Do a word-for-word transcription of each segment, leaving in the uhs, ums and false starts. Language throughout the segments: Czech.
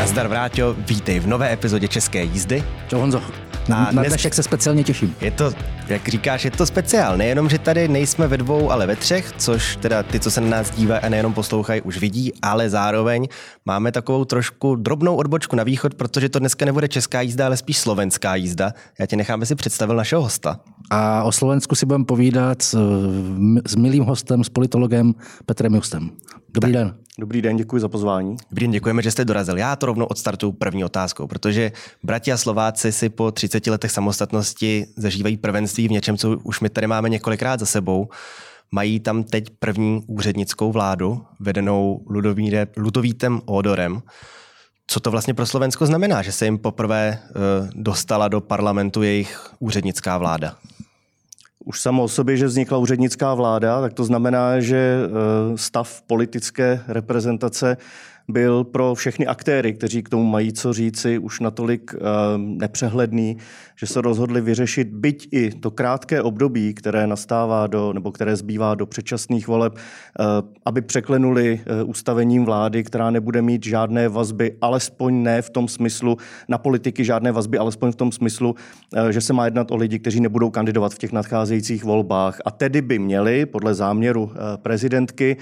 Nazdar Vráťo, vítej v nové epizodě České jízdy. Čau Honzo, na, na dnešek se speciálně těším. Je to, jak říkáš, je to speciál. Nejenom, že tady nejsme ve dvou, ale ve třech, což teda ty, co se na nás dívají a nejenom poslouchají, už vidí, ale zároveň máme takovou trošku drobnou odbočku na východ, protože to dneska nebude česká jízda, ale spíš slovenská jízda. Já tě nechám, aby si představil našeho hosta. A o Slovensku si budeme povídat s, s milým hostem, s politologem Petrem Justem. Dobrý tak. den. Dobrý den, děkuji za pozvání. Dobrý den, děkujeme, že jste dorazil. Já to rovnou odstartuju první otázkou, protože bratia Slováci si po třiceti letech samostatnosti zažívají prvenství v něčem, co už my tady máme několikrát za sebou. Mají tam teď první úřednickou vládu, vedenou Ludovítem Ódorem. Co to vlastně pro Slovensko znamená, že se jim poprvé uh, dostala do parlamentu jejich úřednická vláda? Už samo o sobě, že vznikla úřednická vláda, tak to znamená, že stav politické reprezentace byl pro všechny aktéry, kteří k tomu mají co říci, už natolik nepřehledný, že se rozhodli vyřešit byť i to krátké období, které nastává do, nebo které zbývá do předčasných voleb, aby překlenuli ustavením vlády, která nebude mít žádné vazby, alespoň ne v tom smyslu, na politiky žádné vazby, alespoň v tom smyslu, že se má jednat o lidi, kteří nebudou kandidovat v těch nadcházejících volbách. A tedy by měli, podle záměru prezidentky,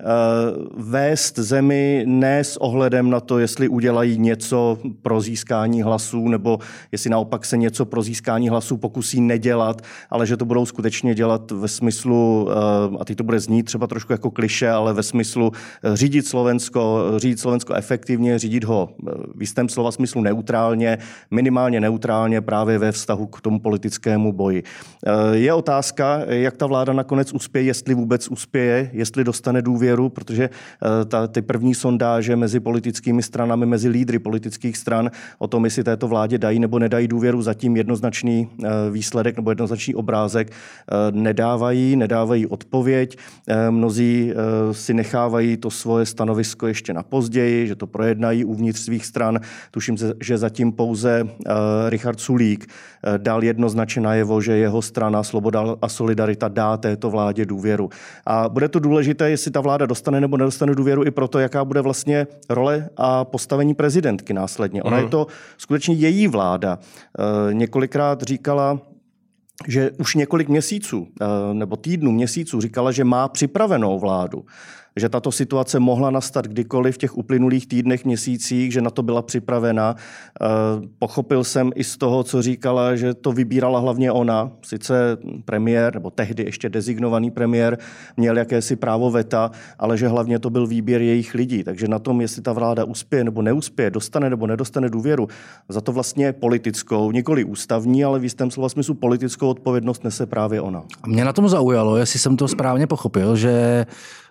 vést zemi ne s ohledem na to, jestli udělají něco pro získání hlasů, nebo jestli naopak se něco pro získání hlasů pokusí nedělat, ale že to budou skutečně dělat ve smyslu, a teď to bude znít třeba trošku jako klišé, ale ve smyslu řídit Slovensko, řídit Slovensko efektivně, řídit ho v jistém slova smyslu neutrálně, minimálně neutrálně právě ve vztahu k tomu politickému boji. Je otázka, jak ta vláda nakonec uspěje, jestli vůbec uspěje, jestli dostane důvěru, protože ta, ty první sondáže mezi politickými stranami, mezi lídry politických stran o tom, jestli této vládě dají nebo nedají důvěru, zatím jednoznačný výsledek nebo jednoznačný obrázek nedávají, nedávají odpověď. Mnozí si nechávají to svoje stanovisko ještě na později, že to projednají uvnitř svých stran. Tuším, že zatím pouze Richard Sulík dal jednoznačně najevo, že jeho strana Sloboda a Solidarita dá této vládě důvěru. A bude to důležité, jestli ta vláda dostane nebo nedostane důvěru i proto, jaká bude vlastně role a postavení prezidentky následně. Ona mm. je to skutečně její vláda. E, několikrát říkala, že už několik měsíců e, nebo týdnů, měsíců říkala, že má připravenou vládu. Že tato situace mohla nastat kdykoliv v těch uplynulých týdnech, měsících, že na to byla připravena. Pochopil jsem i z toho, co říkala, že to vybírala hlavně ona. Sice premiér, nebo tehdy ještě designovaný premiér, měl jakési právo veta, ale že hlavně to byl výběr jejich lidí. Takže na tom, jestli ta vláda uspěje nebo neuspěje, dostane nebo nedostane důvěru, za to vlastně politickou, nikoli ústavní, ale v jistém slova smyslu politickou odpovědnost nese právě ona. A mě na tom zaujalo, jestli jsem to správně pochopil, že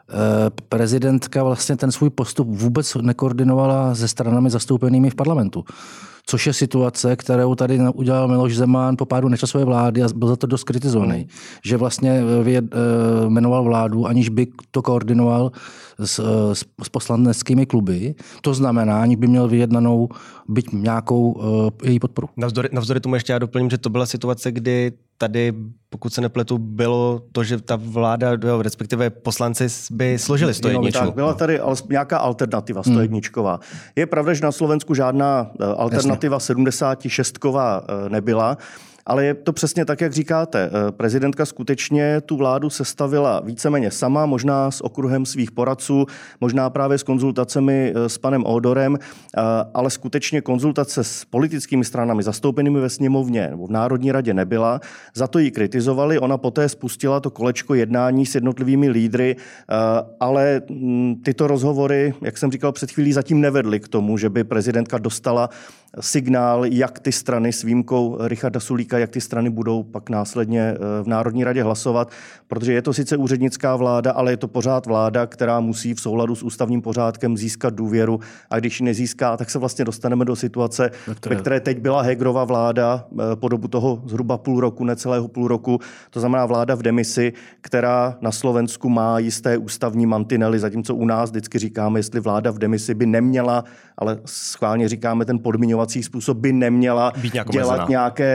prezidentka vlastně ten svůj postup vůbec nekoordinovala se stranami zastoupenými v parlamentu. Což je situace, kterou tady udělal Miloš Zeman po pádu Nečasové vlády a byl za to dost kritizovaný. Mm. Že vlastně jmenoval vládu, aniž by to koordinoval s, s, s poslaneckými kluby. To znamená, aniž by měl vyjednanou byť nějakou uh, její podporu. Navzdory, navzdory tomu ještě já doplním, že to byla situace, kdy tady, pokud se nepletu, bylo to, že ta vláda, respektive poslanci by složili sto jedničku. Tak, byla tady nějaká alternativa sto jedničková. Hmm. Je pravda, že na Slovensku žádná alternativa sedmdesátšestková nebyla. Ale je to přesně tak, jak říkáte. Prezidentka skutečně tu vládu sestavila víceméně sama, možná s okruhem svých poradců, možná právě s konzultacemi s panem Ódorem, ale skutečně konzultace s politickými stranami zastoupenými ve sněmovně nebo v Národní radě nebyla. Za to ji kritizovali. Ona poté spustila to kolečko jednání s jednotlivými lídry, ale tyto rozhovory, jak jsem říkal před chvílí, zatím nevedly k tomu, že by prezidentka dostala signál, jak ty strany s výjimkou Richarda Sulíka, jak ty strany budou pak následně v Národní radě hlasovat, protože je to sice úřednická vláda, ale je to pořád vláda, která musí v souladu s ústavním pořádkem získat důvěru a když ji nezíská, tak se vlastně dostaneme do situace, ve které teď byla Hegerova vláda po dobu toho zhruba půl roku, necelého půl roku, to znamená vláda v demisi, která na Slovensku má jisté ústavní mantinely, zatímco u nás vždycky říkáme, jestli vláda v demisi by neměla, ale schválně říkáme ten podmiňovací způsob, by neměla dělat omezená. nějaké zásady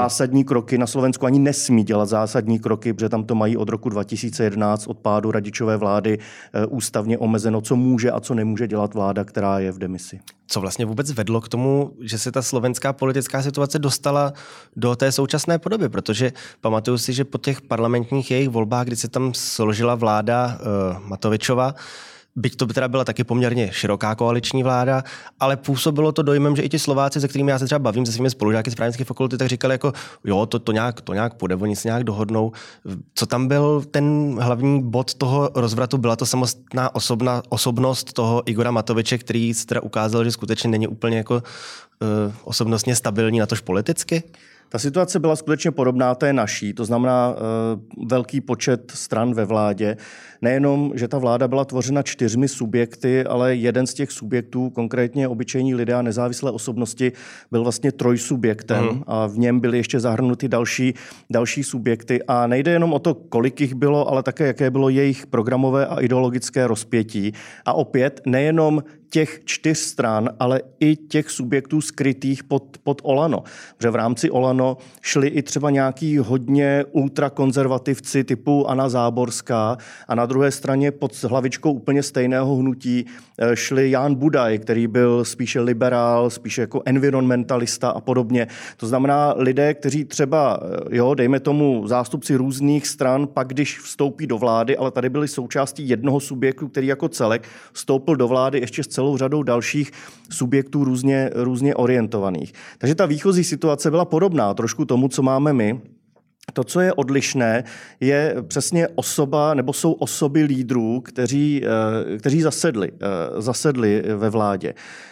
zásadní kroky. Na Slovensku ani nesmí dělat zásadní kroky, protože tam to mají od roku dva tisíce jedenáct, od pádu Radičové vlády, ústavně omezeno, co může a co nemůže dělat vláda, která je v demisi. Co vlastně vůbec vedlo k tomu, že se ta slovenská politická situace dostala do té současné podoby? Protože pamatuju si, že po těch parlamentních jejich volbách, kdy se tam složila vláda uh, Matovičova, byť to by teda byla taky poměrně široká koaliční vláda, ale působilo to dojmem, že i ti Slováci, se kterými já se třeba bavím se svými spolužáky z právnické fakulty, tak říkali jako, jo, to, to, nějak, to nějak půjde, oni se nějak dohodnou. Co tam byl ten hlavní bod toho rozvratu? Byla to samostná osobna, osobnost toho Igora Matoviče, který se teda ukázal, že skutečně není úplně jako uh, osobnostně stabilní, natož politicky? Ta situace byla skutečně podobná té naší, to znamená e, velký počet stran ve vládě. Nejenom, že ta vláda byla tvořena čtyřmi subjekty, ale jeden z těch subjektů, konkrétně obyčejní lidé a nezávislé osobnosti, byl vlastně trojsubjektem mm. a v něm byly ještě zahrnuty další, další subjekty. A nejde jenom o to, kolik jich bylo, ale také, jaké bylo jejich programové a ideologické rozpětí. A opět nejenom těch čtyř stran, ale i těch subjektů skrytých pod, pod Olano. Že v rámci Olano šli i třeba nějaký hodně ultrakonzervativci typu Anna Záborská a na druhé straně pod hlavičkou úplně stejného hnutí šli Jan Budaj, který byl spíše liberál, spíše jako environmentalista a podobně. To znamená lidé, kteří třeba, jo, dejme tomu zástupci různých stran, pak když vstoupí do vlády, ale tady byli součástí jednoho subjektu, který jako celek vstoupil do vlády ještě s celou řadou dalších subjektů různě, různě orientovaných. Takže ta výchozí situace byla podobná trošku tomu, co máme my. To, co je odlišné, je přesně osoba, nebo jsou osoby lídrů, kteří, kteří zasedli, zasedli ve vládě.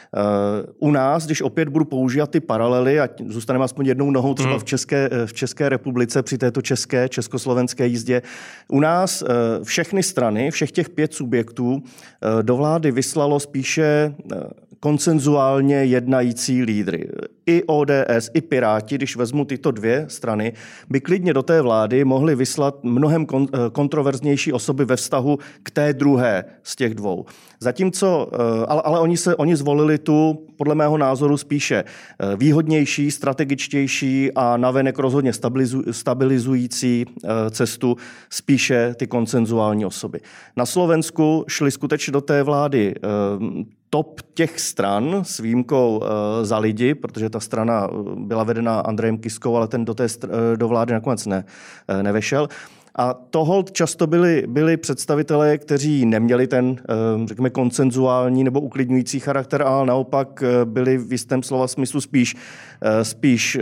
U nás, když opět budu používat ty paralely, ať zůstaneme aspoň jednou nohou třeba v České, v České republice při této české, československé jízdě, u nás všechny strany, všech těch pět subjektů do vlády vyslalo spíše konsenzuálně jednající lídry. I O D S, i Piráti, když vezmu tyto dvě strany, by klidně do té vlády mohli vyslat mnohem kontroverznější osoby ve vztahu k té druhé z těch dvou. Zatímco, ale, ale oni, se, oni zvolili tu, podle mého názoru, spíše výhodnější, strategičtější a navenek rozhodně stabilizu, stabilizující cestu, spíše ty konsenzuální osoby. Na Slovensku šli skutečně do té vlády top těch stran s výjimkou e, Za lidi, protože ta strana byla vedena Andrejem Kiskou, ale ten do té do vlády nakonec ne, e, nevešel. A toho často byli, byli představitelé, kteří neměli ten, řekněme, konsenzuální nebo uklidňující charakter, ale naopak byli v jistém slova smyslu spíš, spíš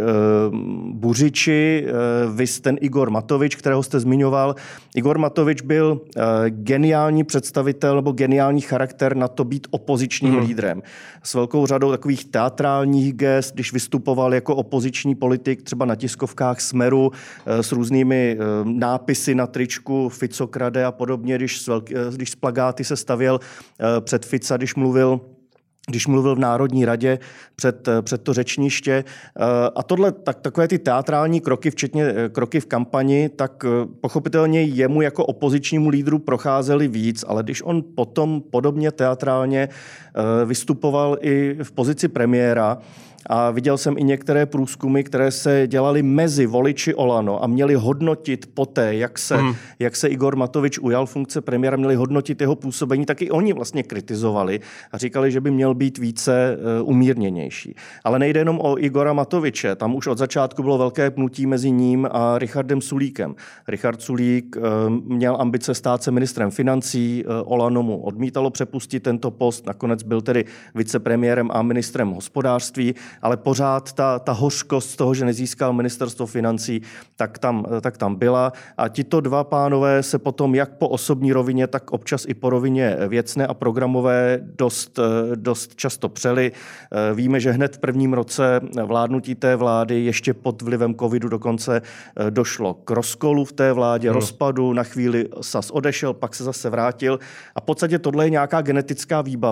buřiči, viz ten Igor Matovič, kterého jste zmiňoval. Igor Matovič byl geniální představitel nebo geniální charakter na to být opozičním hmm. lídrem. S velkou řadou takových teatrálních gest, když vystupoval jako opoziční politik třeba na tiskovkách Smeru s různými nápisy na tričku Fico krade a podobně, když, když z plagáty se stavěl před Fica, když mluvil když mluvil v Národní radě před, před to řečniště. A tohle, tak, takové ty teatrální kroky, včetně kroky v kampani, tak pochopitelně jemu jako opozičnímu lídru procházely víc, ale když on potom podobně teatrálně vystupoval i v pozici premiéra, a viděl jsem i některé průzkumy, které se dělaly mezi voliči Olano a měli hodnotit poté, jak se, mm. jak se Igor Matovič ujal funkce premiéra, měli hodnotit jeho působení, tak i oni vlastně kritizovali a říkali, že by měl být více uh, umírněnější. Ale nejde jenom o Igora Matoviče, tam už od začátku bylo velké pnutí mezi ním a Richardem Sulíkem. Richard Sulík uh, měl ambice stát se ministrem financí, uh, Olano mu odmítalo přepustit tento post, nakonec byl tedy vicepremiérem a ministrem hospodářství, ale pořád ta, ta hořkost z toho, že nezískal ministerstvo financí, tak tam, tak tam byla. A tito dva pánové se potom jak po osobní rovině, tak občas i po rovině věcné a programové dost, dost často přeli. Víme, že hned v prvním roce vládnutí té vlády, ještě pod vlivem covidu dokonce, došlo k rozkolu v té vládě, hmm. rozpadu, na chvíli Sas odešel, pak se zase vrátil. A v podstatě tohle je nějaká genetická výbava,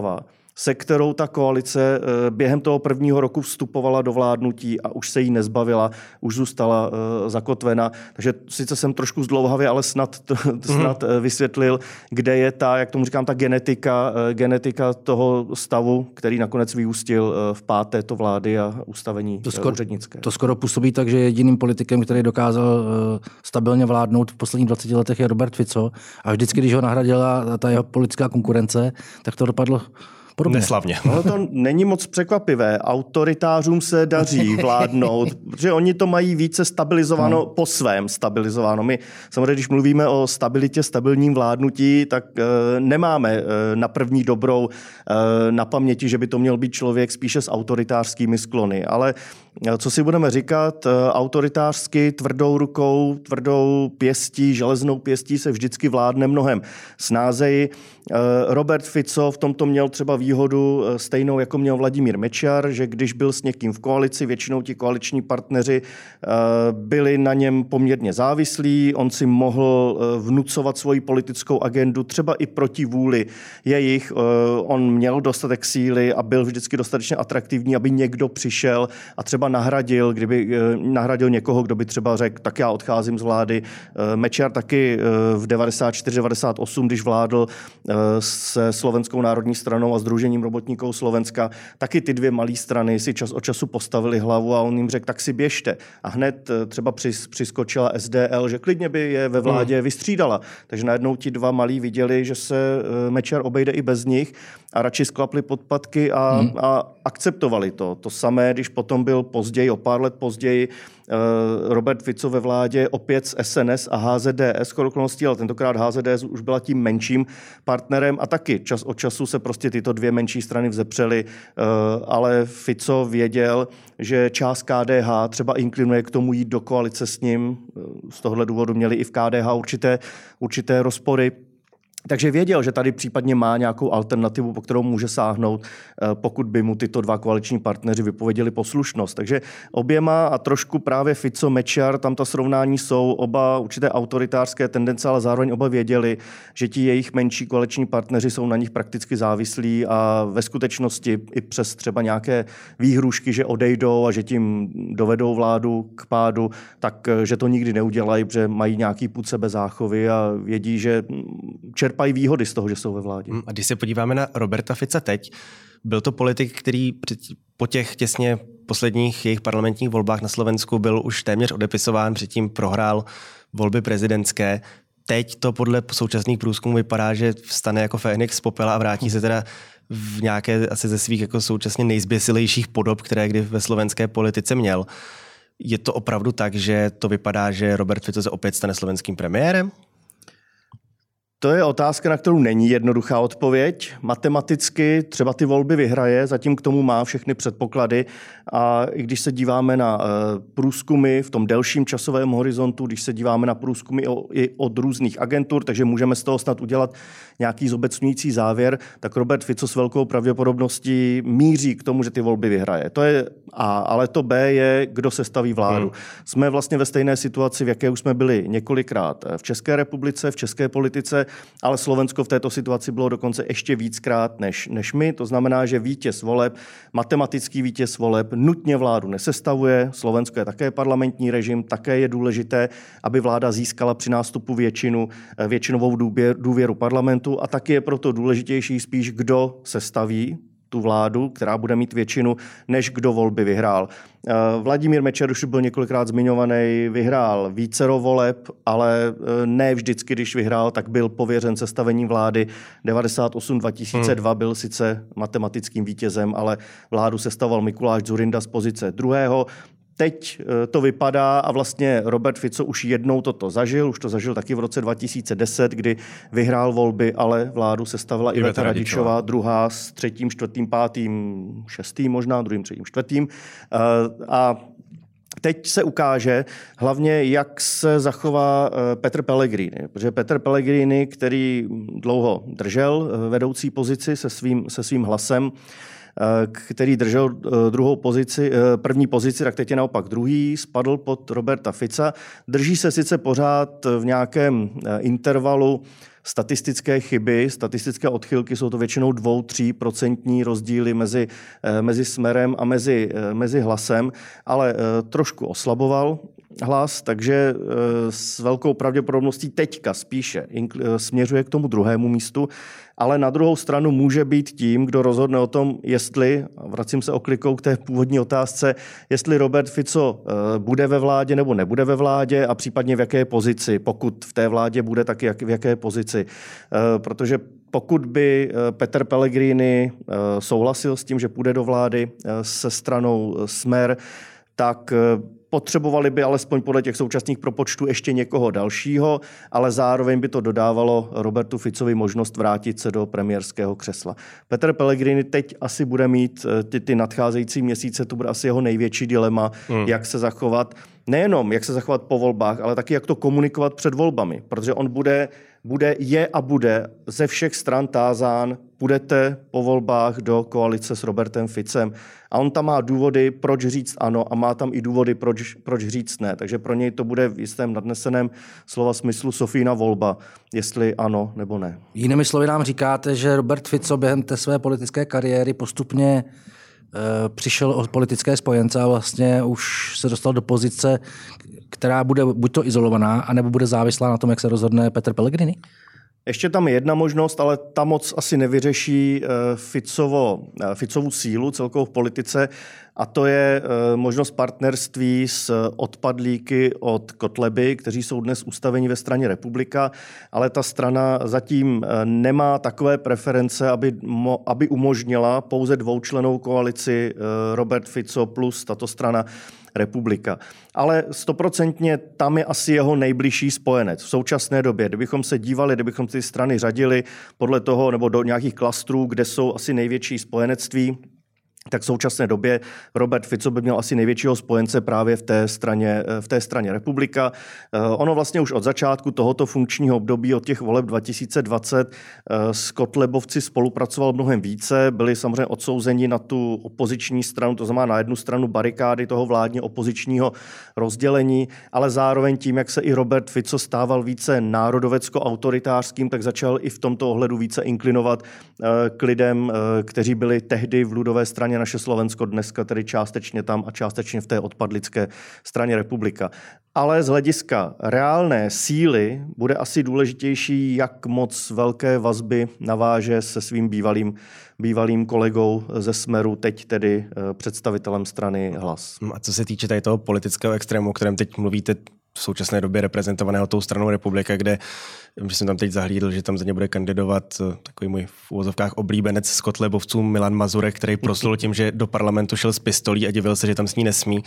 se kterou ta koalice během toho prvního roku vstupovala do vládnutí a už se jí nezbavila, už zůstala zakotvena. Takže sice jsem trošku zdlouhavě, ale snad, snad mm. vysvětlil, kde je ta, jak tomu říkám, ta genetika, genetika toho stavu, který nakonec vyústil v pád této vlády a ustavení to skoro, úřednické. To skoro působí tak, že jediným politikem, který dokázal stabilně vládnout v posledních dvaceti letech, je Robert Fico. A vždycky, když ho nahradila ta jeho politická konkurence, tak to dopadlo podobně. Neslavně. No to není moc překvapivé. Autoritářům se daří vládnout, protože oni to mají více stabilizováno hmm. po svém stabilizováno. My samozřejmě, když mluvíme o stabilitě, stabilním vládnutí, tak e, nemáme e, na první dobrou e, na paměti, že by to měl být člověk spíše s autoritářskými sklony. Ale e, co si budeme říkat, e, autoritářsky tvrdou rukou, tvrdou pěstí, železnou pěstí se vždycky vládne mnohem snázeji. E, Robert Fico v tomto měl třeba výhodu stejnou, jako měl Vladimír Mečiar, že když byl s někým v koalici, většinou ti koaliční partneři byli na něm poměrně závislí, on si mohl vnucovat svoji politickou agendu třeba i proti vůli jejich. On měl dostatek síly a byl vždycky dostatečně atraktivní, aby někdo přišel a třeba nahradil, kdyby nahradil někoho, kdo by třeba řekl, tak já odcházím z vlády. Mečiar taky v devadesát čtyři devadesát osm, když vládl se Slovenskou národní stranou a Sdružením robotníků Slovenska, taky ty dvě malé strany si čas od času postavili hlavu a on jim řekl, tak si běžte. A hned třeba přis, přiskočila S D L, že klidně by je ve vládě hmm. vystřídala. Takže najednou ti dva malí viděli, že se Mečiar obejde i bez nich a radši sklapli podpatky a, hmm. a akceptovali to. To samé, když potom byl později, o pár let později, Robert Fico ve vládě opět s S N S a H Z D S, okolností, ale tentokrát H Z D S už byla tím menším partnerem a taky čas od času se prostě tyto dvě menší strany vzepřely, ale Fico věděl, že část K D H třeba inklinuje k tomu jít do koalice s ním. Z tohohle důvodu měli i v K D H určité, určité rozpory. Takže věděl, že tady případně má nějakou alternativu, po kterou může sáhnout, pokud by mu tyto dva koaliční partneři vypověděli poslušnost. Takže oběma a trošku právě Fico, Mečiar, tam ta srovnání jsou oba určité autoritářské tendence, ale zároveň oba věděli, že ti jejich menší koaliční partneři jsou na nich prakticky závislí a ve skutečnosti i přes třeba nějaké výhrušky, že odejdou a že tím dovedou vládu k pádu, tak že to nikdy neudělají, protože mají nějaký pud sebezáchovy a vědí, že čerpají výhody z toho, že jsou ve vládě. A když se podíváme na Roberta Fica teď, byl to politik, který po těch těsně posledních jejich parlamentních volbách na Slovensku byl už téměř odepisován, předtím prohrál volby prezidentské. Teď to podle současných průzkumů vypadá, že vstane jako Fénix z popela a vrátí se teda v nějaké asi ze svých jako současně nejzběsilejších podob, které kdy ve slovenské politice měl. Je to opravdu tak, že to vypadá, že Robert Fico se opět stane slovenským premiérem? To je otázka, na kterou není jednoduchá odpověď. Matematicky třeba ty volby vyhraje, zatím k tomu má všechny předpoklady a i když se díváme na průzkumy v tom delším časovém horizontu, když se díváme na průzkumy i od různých agentur, takže můžeme z toho snad udělat nějaký zobecňující závěr, tak Robert Fico s velkou pravděpodobností míří k tomu, že ty volby vyhraje. To je A, ale to B je, kdo sestaví vládu. Hmm. Jsme vlastně ve stejné situaci, v jaké už jsme byli několikrát v České republice, v české politice, ale Slovensko v této situaci bylo dokonce ještě víckrát než, než my. To znamená, že vítěz voleb, matematický vítěz voleb nutně vládu nesestavuje. Slovensko je také parlamentní režim, také je důležité, aby vláda získala při nástupu většinu, většinovou důvěru parlamentu a taky je proto důležitější spíš, kdo sestaví tu vládu, která bude mít většinu, než kdo volby vyhrál. Vladimír Mečiar už byl několikrát zmiňovaný, vyhrál vícero voleb, ale ne vždycky, když vyhrál, tak byl pověřen sestavením vlády. devadesát osm dva tisíce dva hmm. byl sice matematickým vítězem, ale vládu sestavoval Mikuláš Dzurinda z pozice druhého. Teď to vypadá a vlastně Robert Fico už jednou toto zažil, už to zažil taky v roce dva tisíce deset, kdy vyhrál volby, ale vládu sestavila Iveta Radičová, druhá s třetím, čtvrtým, pátým, šestým možná, druhým, třetím, čtvrtým. A teď se ukáže hlavně, jak se zachová Petr Pellegrini, protože Petr Pellegrini, který dlouho držel vedoucí pozici se svým, se svým hlasem, který držel druhou pozici, první pozici, tak teď je naopak druhý, spadl pod Roberta Fica. Drží se sice pořád v nějakém intervalu statistické chyby, statistické odchylky, jsou to většinou dvou, tří procentní rozdíly mezi, mezi Smerem a mezi, mezi Hlasem, ale trošku oslaboval Hlas, takže s velkou pravděpodobností teďka spíše směřuje k tomu druhému místu, ale na druhou stranu může být tím, kdo rozhodne o tom, jestli, vracím se oklikou k té původní otázce, jestli Robert Fico bude ve vládě nebo nebude ve vládě a případně v jaké pozici, pokud v té vládě bude, tak jak, v jaké pozici. Protože pokud by Peter Pellegrini souhlasil s tím, že půjde do vlády se stranou Smer, tak potřebovali by alespoň podle těch současných propočtů ještě někoho dalšího, ale zároveň by to dodávalo Robertu Ficovi možnost vrátit se do premiérského křesla. Petr Pellegrini teď asi bude mít ty, ty nadcházející měsíce, to bude asi jeho největší dilema, hmm. jak se zachovat. Nejenom jak se zachovat po volbách, ale taky jak to komunikovat před volbami, protože on bude, bude je a bude ze všech stran tázán, půjdete po volbách do koalice s Robertem Ficem. A on tam má důvody, proč říct ano a má tam i důvody, proč, proč říct ne. Takže pro něj to bude v jistém nadneseném slova smyslu Sofína volba, jestli ano nebo ne. Jinými slovy nám říkáte, že Robert Fico během té své politické kariéry postupně e, přišel od politické spojence a vlastně už se dostal do pozice, která bude buď to izolovaná, anebo bude závislá na tom, jak se rozhodne Petr Pellegrini? Ještě tam je jedna možnost, ale ta moc asi nevyřeší Ficovo, Ficovu sílu celkovou v politice, a to je možnost partnerství s odpadlíky od Kotleby, kteří jsou dnes ustaveni ve straně Republika, ale ta strana zatím nemá takové preference, aby, aby umožnila pouze dvoučlennou koalici Robert Fico plus tato strana Republika. Ale stoprocentně tam je asi jeho nejbližší spojenec v současné době. Kdybychom se dívali, kdybychom ty strany řadili podle toho nebo do nějakých klastrů, kde jsou asi největší spojenectví, tak v současné době Robert Fico by měl asi největšího spojence právě v té straně, v té straně Republika. Ono vlastně už od začátku tohoto funkčního období, od těch voleb dva tisíce dvacet, s Kotlebovci spolupracoval mnohem více, byli samozřejmě odsouzeni na tu opoziční stranu, to znamená na jednu stranu barikády toho vládně opozičního rozdělení, ale zároveň tím, jak se i Robert Fico stával více národovecko-autoritářským, tak začal i v tomto ohledu více inklinovat k lidem, kteří byli tehdy v Ludové straně Naše Slovensko, dneska tedy částečně tam a částečně v té odpadlické straně Republika. Ale z hlediska reálné síly bude asi důležitější, jak moc velké vazby naváže se svým bývalým, bývalým kolegou ze Smeru, teď tedy představitelem strany Hlas. A co se týče tady toho politického extrému, o kterém teď mluvíte, v současné době reprezentovaného tou stranou Republika, kde že jsem tam teď zahlídl, že tam za ně bude kandidovat takový můj v úvozovkách oblíbenec z Kotlebovců Milan Mazurek, který proslul tím, že do parlamentu šel s pistolí a divil se, že tam s ní nesmí.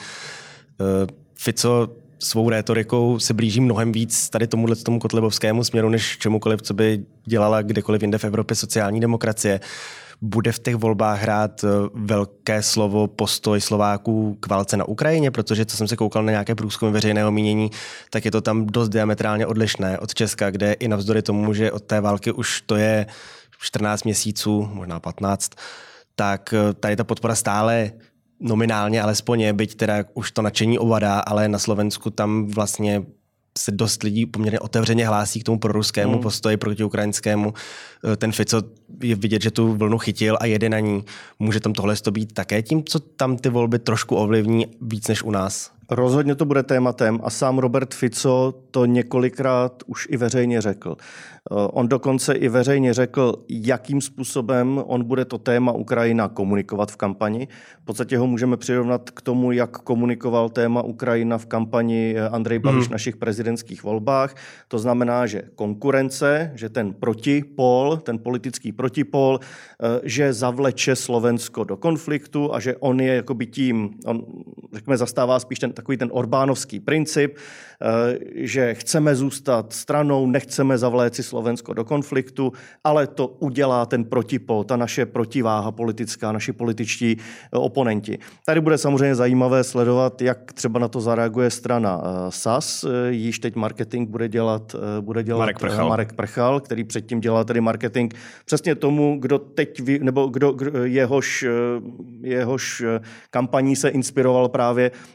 Fico svou rétorikou se blíží mnohem víc tady tomuhle tomu kotlebovskému směru, než čemukoliv, co by dělala kdekoliv jinde v Evropě sociální demokracie. Bude v těch volbách hrát velké slovo postoj Slováků k válce na Ukrajině, protože co jsem se koukal na nějaké průzkumy veřejného mínění, tak je to tam dost diametrálně odlišné od Česka, kde i navzdory tomu, že od té války už to je čtrnáct měsíců, možná patnáct, tak tady ta podpora stále nominálně alespoň je, byť teda už to nadšení ovadá, ale na Slovensku tam vlastně se dost lidí poměrně otevřeně hlásí k tomu proruskému hmm. postoji proti ukrajinskému. Ten Fico je vidět, že tu vlnu chytil a jede na ní. Může tam tohle být také tím, co tam ty volby trošku ovlivní víc než u nás? Rozhodně to bude tématem a sám Robert Fico to několikrát už i veřejně řekl. On dokonce i veřejně řekl, jakým způsobem on bude to téma Ukrajina komunikovat v kampani. V podstatě ho můžeme přirovnat k tomu, jak komunikoval téma Ukrajina v kampani Andrej Babiš hmm. v našich prezidentských volbách. To znamená, že konkurence, že ten protipol, ten politický protipol, že zavleče Slovensko do konfliktu a že on je jakoby tím, on řekněme, zastává spíš ten takový ten orbánovský princip, že chceme zůstat stranou, nechceme zavléci Slovensko do konfliktu, ale to udělá ten protipol, ta naše protiváha politická, naši političtí oponenti. Tady bude samozřejmě zajímavé sledovat, jak třeba na to zareaguje strana S A S. Již teď marketing bude dělat, bude dělat Marek Prchal. Marek Prchal, který předtím dělal tedy marketing přesně tomu, kdo teď, nebo kdo, kdo jehož, jehož kampaní se inspiroval právě Robert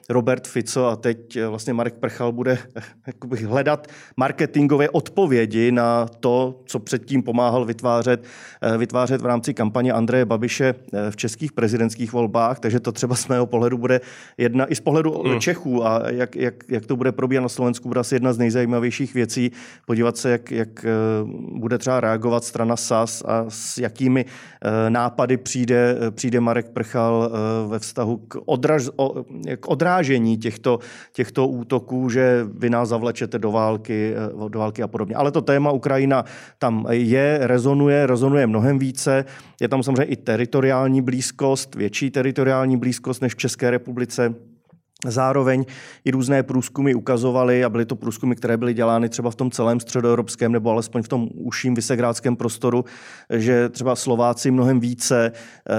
Fico a teď vlastně Marek Prchal bude jakoby hledat marketingové odpovědi na to, co předtím pomáhal vytvářet, vytvářet v rámci kampaně Andreje Babiše v českých prezidentských volbách, takže to třeba z mého pohledu bude jedna, i z pohledu hmm. Čechů a jak, jak, jak to bude probíhat na Slovensku, bude asi jedna z nejzajímavějších věcí, podívat se, jak, jak bude třeba reagovat strana S A S a s jakými nápady přijde, přijde Marek Prchal ve vztahu k, odraž, k odrážení těchto, těchto útoků, že vy nás zavlečete do války, do války a podobně. Ale to téma Ukrajina tam je, rezonuje, rezonuje mnohem více. Je tam samozřejmě i teritoriální blízkost, větší teritoriální blízkost než v České republice. Zároveň i různé průzkumy ukazovaly, a byly to průzkumy, které byly dělány třeba v tom celém středoevropském nebo alespoň v tom užším visegrádském prostoru, že třeba Slováci mnohem více,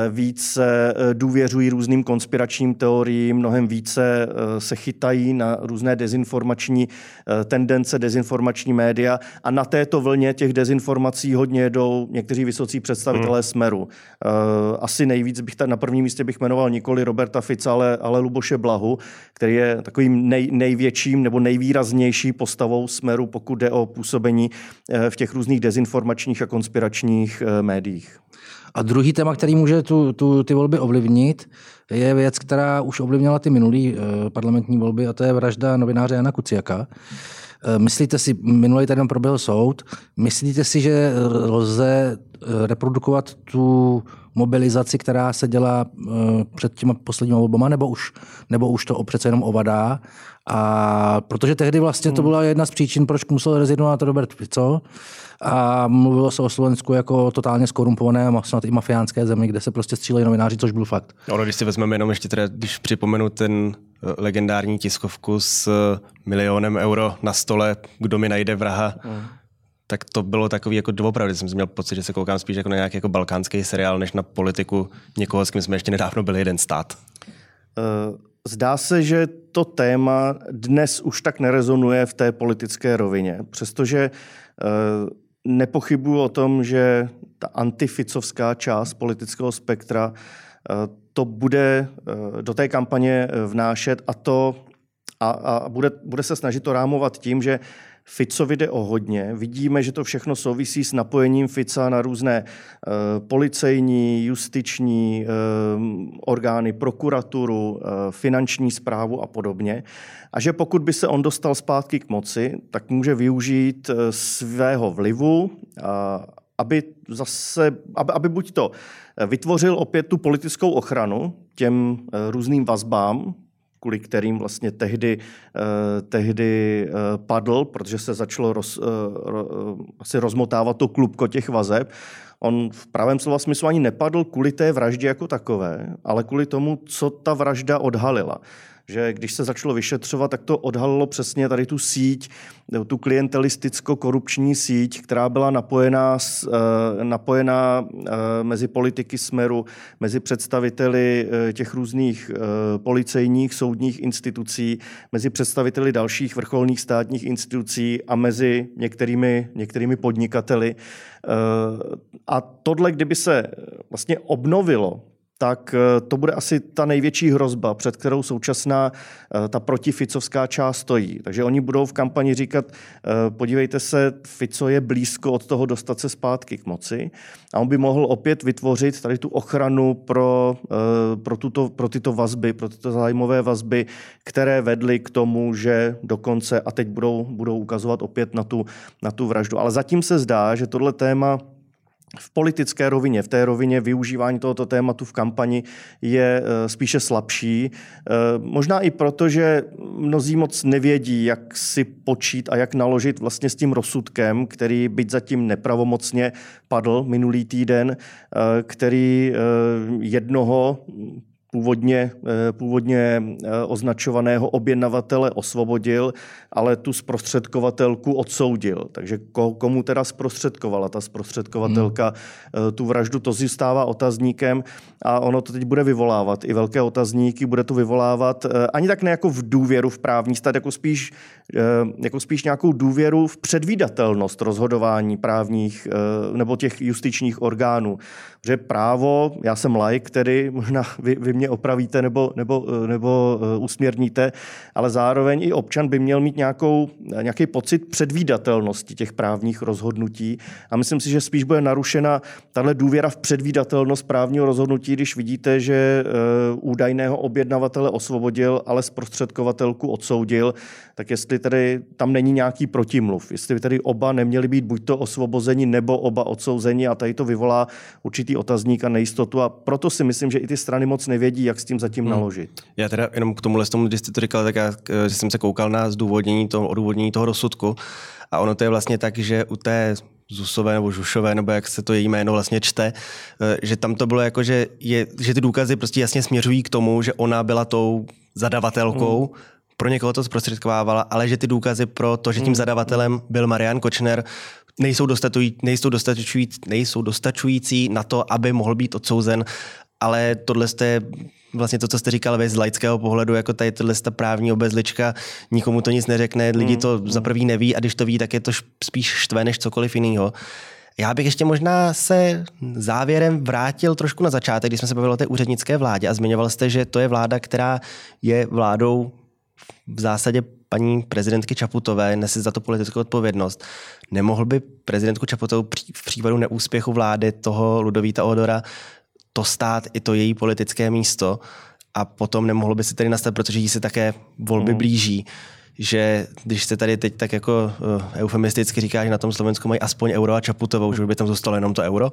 více důvěřují různým konspiračním teoriím, mnohem více se chytají na různé dezinformační tendence, dezinformační média a na této vlně těch dezinformací hodně jedou někteří vysocí představitelé hmm. Smeru. Asi nejvíc bych na prvním místě bych jmenoval nikoli Roberta Fica, ale, ale Luboše Blahu, který je takovým nej, největším nebo nejvýraznější postavou Smeru, pokud jde o působení v těch různých dezinformačních a konspiračních médiích. A druhý téma, který může tu, tu, ty volby ovlivnit, je věc, která už ovlivnila ty minulý eh, parlamentní volby, a to je vražda novináře Jana Kuciaka. Eh, myslíte si, minulý týden proběhl soud, myslíte si, že lze reprodukovat tu mobilizaci, která se dělá uh, před těma posledníma volbama, nebo už, nebo už to přece jenom ovadá? A protože tehdy vlastně to byla jedna z příčin, proč musel rezignovat Robert Fico a mluvilo se o Slovensku jako totálně skorumpované a snad i mafiánské zemi, kde se prostě střílejí novináři, což byl fakt. Ono, když si vezmeme jenom ještě teda, když připomenu ten legendární tiskovku s milionem euro na stole, kdo mi najde vraha, mm. tak to bylo takový jako doopravdy. Jsem měl pocit, že se koukám spíš jako na nějaký jako balkánský seriál, než na politiku někoho, s kým jsme ještě nedávno byli jeden stát. Zdá se, že to téma dnes už tak nerezonuje v té politické rovině, přestože nepochybuju o tom, že ta antificovská část politického spektra to bude do té kampaně vnášet a to a, a bude, bude se snažit to rámovat tím, že Ficovi jde o hodně. Vidíme, že to všechno souvisí s napojením Fica na různé uh, policejní, justiční uh, orgány, prokuraturu, uh, finanční správu a podobně. A že pokud by se on dostal zpátky k moci, tak může využít uh, svého vlivu, uh, aby zase, aby, aby buď to vytvořil opět tu politickou ochranu těm uh, různým vazbám, kvůli kterým vlastně tehdy, eh, tehdy eh, padl, protože se začalo roz, eh, ro, asi rozmotávat to klubko těch vazeb. On v pravém slova smyslu ani nepadl kvůli té vraždě jako takové, ale kvůli tomu, co ta vražda odhalila. Že když se začalo vyšetřovat, tak to odhalilo přesně tady tu síť, tu klientelisticko-korupční síť, která byla napojená, napojená mezi politiky Smeru, mezi představiteli těch různých policejních, soudních institucí, mezi představiteli dalších vrcholných státních institucí a mezi některými, některými podnikateli. A tohle, kdyby se vlastně obnovilo, tak to bude asi ta největší hrozba, před kterou současná ta protificovská část stojí. Takže oni budou v kampani říkat, podívejte se, Fico je blízko od toho dostat se zpátky k moci a on by mohl opět vytvořit tady tu ochranu pro, pro, tuto, pro tyto vazby, pro tyto zájmové vazby, které vedly k tomu, že dokonce, a teď budou, budou ukazovat opět na tu, na tu vraždu. Ale zatím se zdá, že tohle téma v politické rovině, v té rovině využívání tohoto tématu v kampani je spíše slabší. Možná i proto, že mnozí moc nevědí, jak si počít a jak naložit vlastně s tím rozsudkem, který byť zatím nepravomocně padl minulý týden, který jednoho Původně, původně označovaného objednavatele osvobodil, ale tu zprostředkovatelku odsoudil. Takže komu teda zprostředkovala ta zprostředkovatelka hmm. tu vraždu, to zůstává otazníkem a ono to teď bude vyvolávat i velké otazníky, bude to vyvolávat ani tak ne jako v důvěru v právní stát, jako spíš, jako spíš nějakou důvěru v předvídatelnost rozhodování právních nebo těch justičních orgánů. Protože právo, já jsem laik, který možná vy, vy mě opravíte nebo, nebo, nebo usměrníte, ale zároveň i občan by měl mít nějakou, nějaký pocit předvídatelnosti těch právních rozhodnutí a myslím si, že spíš bude narušena tahle důvěra v předvídatelnost právního rozhodnutí, když vidíte, že údajného objednavatele osvobodil, ale zprostředkovatelku odsoudil, tak jestli tedy tam není nějaký protimluv, jestli by tedy oba neměli být buď to osvobozeni nebo oba odsouzeni a tady to vyvolá určitý otazník a nejistotu a proto si myslím, že i ty strany moc nevědí, jak s tím zatím hmm. naložit. Já teda jenom k tomuhle, tomu, když jste to říkal, tak já že jsem se koukal na zdůvodnění toho, odůvodnění toho rozsudku a ono to je vlastně tak, že u té Zusové nebo Žušové, nebo jak se to její jméno vlastně čte, že tam to bylo jako, že, je, že ty důkazy prostě jasně směřují k tomu, že ona byla tou zadavatelkou, hmm. pro někoho to zprostředkovávala, ale že ty důkazy pro to, že tím zadavatelem byl Marian Kočner, nejsou, dostatují, nejsou, dostačující, nejsou dostačující na to, aby mohl být odsouzen, ale tohle je vlastně to, co jste říkal vy z laického pohledu, jako tady tohle ta právní obezlička, nikomu to nic neřekne, lidi to mm, za prvý neví a když to ví, tak je to spíš štve než cokoliv jiného. Já bych ještě možná se závěrem vrátil trošku na začátek, když jsme se bavili o té úřednické vládě a zmiňoval jste, že to je vláda, která je vládou v zásadě paní prezidentky Čaputové, nese za to politickou odpovědnost. Nemohl by prezidentku Čaputovou v případu neúspěchu vlády toho Ludovíta Ódora to stát i to její politické místo a potom nemohlo by se tady nastat, protože jí se také volby mm. blíží, že když se tady teď tak jako uh, eufemisticky říká, že na tom Slovensku mají aspoň euro a Čaputovou, že by tam zůstalo jenom to euro?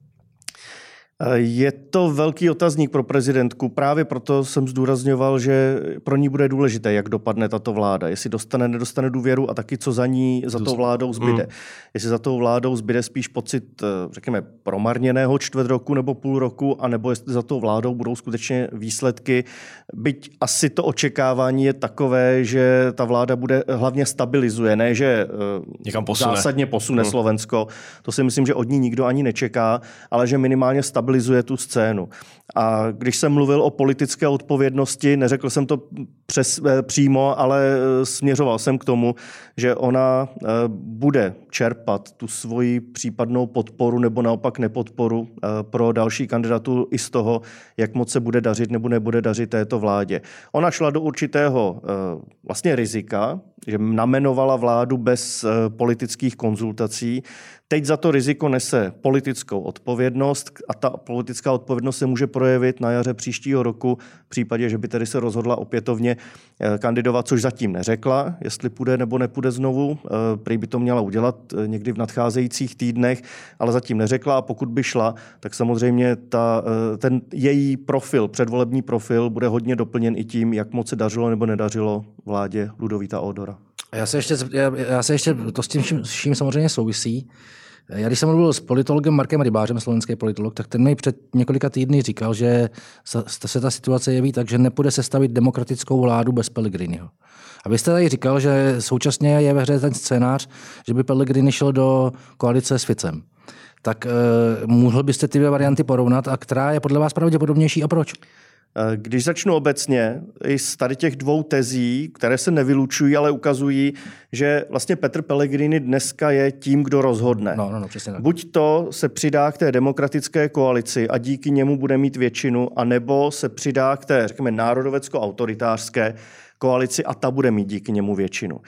Je to velký otazník pro prezidentku. Právě proto jsem zdůrazňoval, že pro ní bude důležité, jak dopadne tato vláda. Jestli dostane, nedostane důvěru a taky, co za ní, za tou vládou zbyde. Mm. Jestli za tou vládou zbyde spíš pocit, řekněme, promarněného čtvrt roku nebo půl roku, anebo jestli za tou vládou budou skutečně výsledky. Byť asi to očekávání je takové, že ta vláda bude hlavně stabilizuje, ne, že někam posune. zásadně posune mm. Slovensko. To si myslím, že od ní nikdo ani nečeká, ale že minimálně stabilizuje stabilizuje tu scénu. A když jsem mluvil o politické odpovědnosti, neřekl jsem to přes, přímo, ale směřoval jsem k tomu, že ona bude čerpat tu svoji případnou podporu nebo naopak nepodporu pro další kandidatu i z toho, jak moc se bude dařit nebo nebude dařit této vládě. Ona šla do určitého vlastně rizika, že namenovala vládu bez politických konzultací. Teď za to riziko nese politickou odpovědnost a ta politická odpovědnost se může projevit na jaře příštího roku v případě, že by tedy se rozhodla opětovně kandidovat, což zatím neřekla, jestli půjde nebo nepůjde znovu. Prý by to měla udělat někdy v nadcházejících týdnech, ale zatím neřekla a pokud by šla, tak samozřejmě ta, ten její profil, předvolební profil bude hodně doplněn i tím, jak moc se dařilo nebo nedařilo vládě Ludovíta Ódora. Já se ještě, já, já se ještě to s tím vším samozřejmě souvisí. Já když jsem mluvil s politologem Markem Rybářem, slovenský politolog, tak ten mi před několika týdny říkal, že se ta situace jeví tak, že nepůjde sestavit demokratickou vládu bez Pellegriniho. A vy jste tady říkal, že současně je ve hře ten scénář, že by Pellegrini šel do koalice s Ficem. Tak eh, mohl byste ty dvě varianty porovnat a která je podle vás pravděpodobnější a proč? Když začnu obecně, i z tady těch dvou tezí, které se nevylučují, ale ukazují, že vlastně Petr Pellegrini dneska je tím, kdo rozhodne. No, no, no, přesně tak. Buď to se přidá k té demokratické koalici a díky němu bude mít většinu, anebo se přidá k té, řekněme, národovecko-autoritářské koalici a ta bude mít díky němu většinu.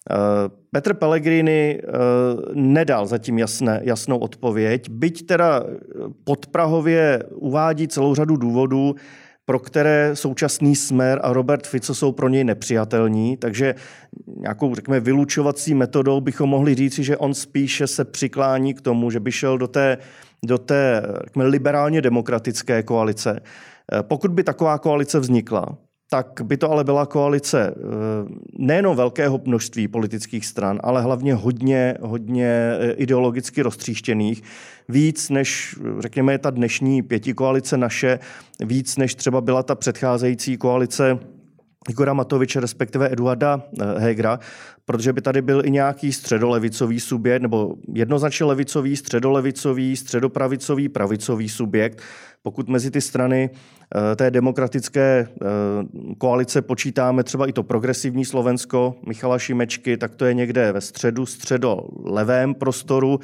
Petr Pellegrini nedal zatím jasné, jasnou odpověď, byť teda podprahově uvádí celou řadu důvodů, pro které současný Smer a Robert Fico jsou pro něj nepřijatelní, takže nějakou, řekněme, vylučovací metodou bychom mohli říci, že on spíše se přiklání k tomu, že by šel do té, do té řekněme, liberálně demokratické koalice. Pokud by taková koalice vznikla, tak by to ale byla koalice nejenom velkého množství politických stran, ale hlavně hodně, hodně ideologicky roztříštěných. Víc než, řekněme, ta dnešní pětikoalice naše, víc než třeba byla ta předcházející koalice Igora Matoviče, respektive Eduarda Hegera, protože by tady byl i nějaký středolevicový subjekt, nebo jednoznačně levicový, středolevicový, středopravicový, pravicový subjekt. Pokud mezi ty strany té demokratické koalice počítáme třeba i to progresivní Slovensko Michala Šimečky, tak to je někde ve středu, středolevém prostoru.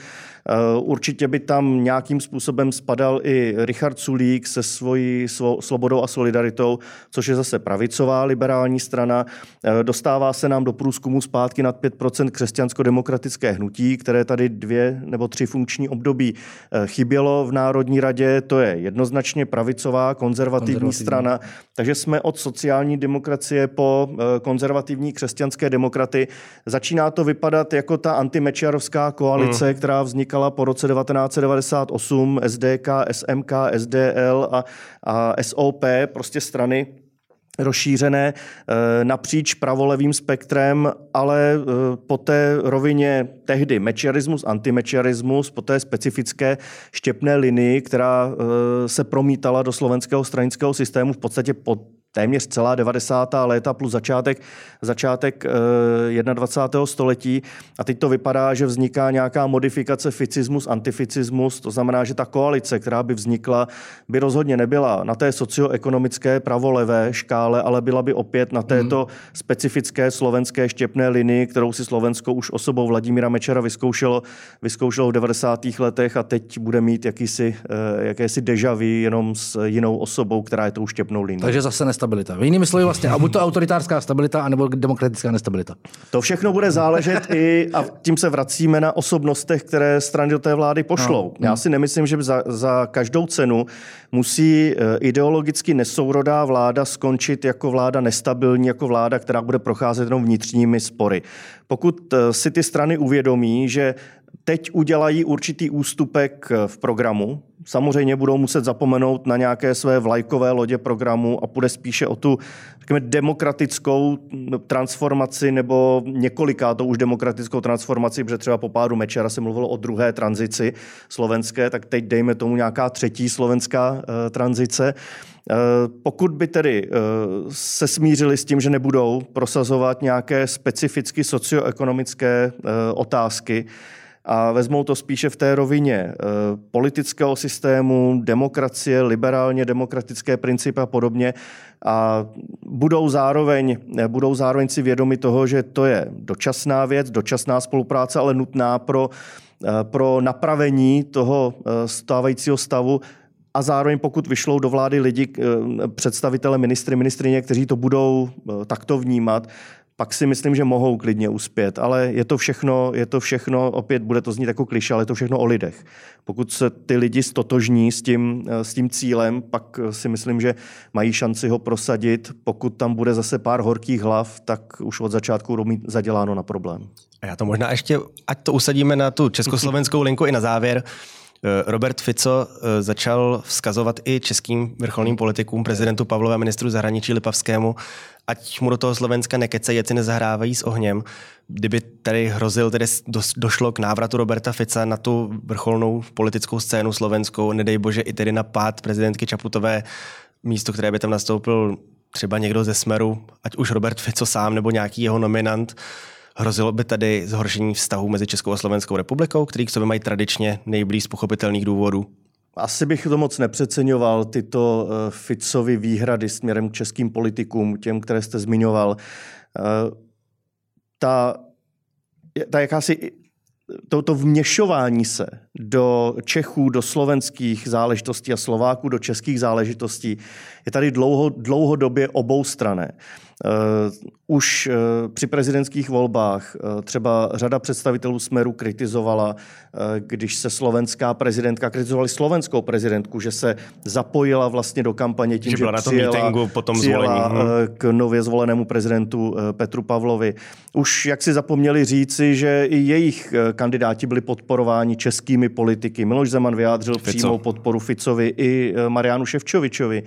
Určitě by tam nějakým způsobem spadal i Richard Sulík se svojí Slobodou a solidaritou, což je zase pravicová liberální strana. Dostává se nám do průzkumu zpátky nad pět procent křesťansko-demokratické hnutí, které tady dvě nebo tři funkční období chybělo v Národní radě. To je jednoznačně pravicová, konzervativní, konzervativní strana. Takže jsme od sociální demokracie po konzervativní křesťanské demokraty. Začíná to vypadat jako ta antimečiarovská koalice, hmm. která vznikala po roce devatenáct set devadesát osm, S D K, S M K, S D L a, a S O P, prostě strany rozšířené napříč pravolevým spektrem, ale po té rovině tehdy mečiarismus, antimečiarismus, po té specifické štěpné linii, která se promítala do slovenského stranického systému v podstatě pod téměř celá devadesátá léta plus začátek, začátek dvacátého prvního století. A teď to vypadá, že vzniká nějaká modifikace ficismus, antificismus. To znamená, že ta koalice, která by vznikla, by rozhodně nebyla na té socioekonomické pravolevé škále, ale byla by opět na této hmm. specifické slovenské štěpné linii, kterou si Slovensko už osobou Vladimíra Mečera vyzkoušelo, vyzkoušelo v devadesátých letech a teď bude mít jakýsi, jakési déjà vu jenom s jinou osobou, která je tou štěpnou linií. Takže zase nestabilita. Jinými slovy vlastně, a buď to autoritářská stabilita, anebo demokratická nestabilita. To všechno bude záležet i, a tím se vracíme na osobnostech, které strany do té vlády pošlou. No. Já si nemyslím, že za, za každou cenu musí ideologicky nesourodá vláda skončit jako vláda nestabilní, jako vláda, která bude procházet jenom vnitřními spory. Pokud si ty strany uvědomí, že teď udělají určitý ústupek v programu, samozřejmě budou muset zapomenout na nějaké své vlajkové lodě programu a půjde spíše o tu, řekněme, demokratickou transformaci nebo několikátou už demokratickou transformaci, protože třeba po pádu Mečera se mluvilo o druhé tranzici slovenské, tak teď dejme tomu nějaká třetí slovenská uh, tranzice. Uh, pokud by tedy uh, se smířili s tím, že nebudou prosazovat nějaké specificky socioekonomické uh, otázky, a vezmou to spíše v té rovině e, politického systému, demokracie, liberálně demokratické principy a podobně. A budou zároveň, budou zároveň si vědomi toho, že to je dočasná věc, dočasná spolupráce, ale nutná pro, e, pro napravení toho e, stávajícího stavu. A zároveň pokud vyšlou do vlády lidi, e, představitele, ministry, ministryně, kteří to budou e, takto vnímat, pak si myslím, že mohou klidně uspět, ale je to všechno, je to všechno, opět bude to znít jako klišé, ale je to všechno o lidech. Pokud se ty lidi stotožní s tím, s tím cílem, pak si myslím, že mají šanci ho prosadit. Pokud tam bude zase pár horkých hlav, tak už od začátku budou mít zaděláno na problém. A já to možná ještě, ať to usadíme na tu československou linku i na závěr. Robert Fico začal vzkazovat i českým vrcholným politikům, prezidentu Pavlovi a ministru zahraničí Lipavskému, ať mu do toho Slovenska nekecají, ať si nezahrávají s ohněm. Kdyby tady hrozil, tedy došlo k návratu Roberta Fica na tu vrcholnou politickou scénu slovenskou, nedej bože i tedy na pád prezidentky Čaputové, místo, které by tam nastoupil třeba někdo ze Smeru, ať už Robert Fico sám nebo nějaký jeho nominant, hrozilo by tady zhoršení vztahů mezi Českou a Slovenskou republikou, který k sobě mají tradičně nejblíž z pochopitelných důvodů? Asi bych to moc nepřeceňoval, tyto uh, Ficovy výhrady směrem k českým politikům, těm, které jste zmiňoval. Uh, ta, ta jakási toto vměšování se do Čechů, do slovenských záležitostí a Slováků do českých záležitostí je tady dlouho, dlouhodobě oboustranné. Uh, už uh, při prezidentských volbách uh, třeba řada představitelů Smeru kritizovala, uh, když se slovenská prezidentka, kritizovali slovenskou prezidentku, že se zapojila vlastně do kampaně tím, že, že přijela, mítingu, potom přijela uh, k nově zvolenému prezidentu uh, Petru Pavlovi. Už jak si zapomněli říci, že i jejich uh, kandidáti byli podporováni českými politiky. Miloš Zeman vyjádřil Fico. Přímou podporu Ficovi i uh, Mariánu Ševčovičovi.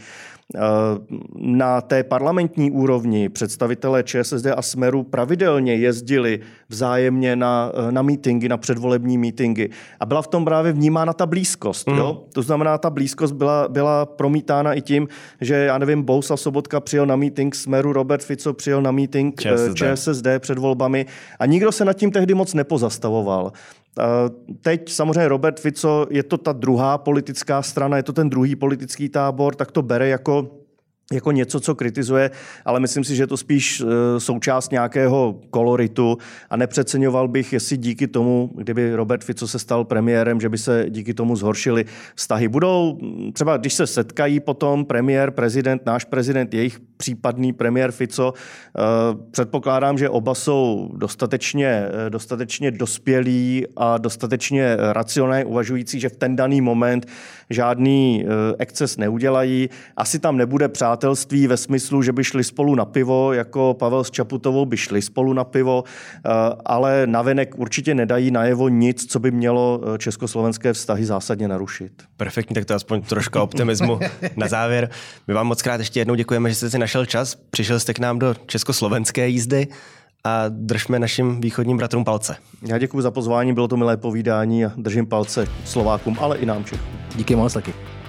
Na té parlamentní úrovni představitelé ČSSD a Smeru pravidelně jezdili vzájemně na, na mítingy, na předvolební mítingy. A byla v tom právě vnímána ta blízkost. Mm. Jo? To znamená, ta blízkost byla, byla promítána i tím, že, já nevím, Bohuslav Sobotka přijel na mítink Smeru, Robert Fico přijel na mítink ČSSD. ČSSD před volbami a nikdo se nad tím tehdy moc nepozastavoval. Teď samozřejmě Robert Fico, je to ta druhá politická strana, je to ten druhý politický tábor, tak to bere jako jako něco, co kritizuje, ale myslím si, že je to spíš součást nějakého koloritu a nepřeceňoval bych, jestli díky tomu, kdyby Robert Fico se stal premiérem, že by se díky tomu zhoršily vztahy. Budou třeba, když se setkají potom premiér, prezident, náš prezident, jejich případný premiér Fico, předpokládám, že oba jsou dostatečně, dostatečně dospělí a dostatečně racionálně uvažující, že v ten daný moment žádný exces neudělají. Asi tam nebude přátelství ve smyslu, že by šli spolu na pivo, jako Pavel s Čaputovou by šli spolu na pivo, ale navenek určitě nedají najevo nic, co by mělo československé vztahy zásadně narušit. Perfektní, tak to aspoň troška optimismu na závěr. My vám moc krát ještě jednou děkujeme, že jste si našel čas, přišel jste k nám do československé jízdy a držme našim východním bratrům palce. Já děkuji za pozvání, bylo to milé povídání a držím palce Slovákům, ale i nám Čechům. Díky moc taky.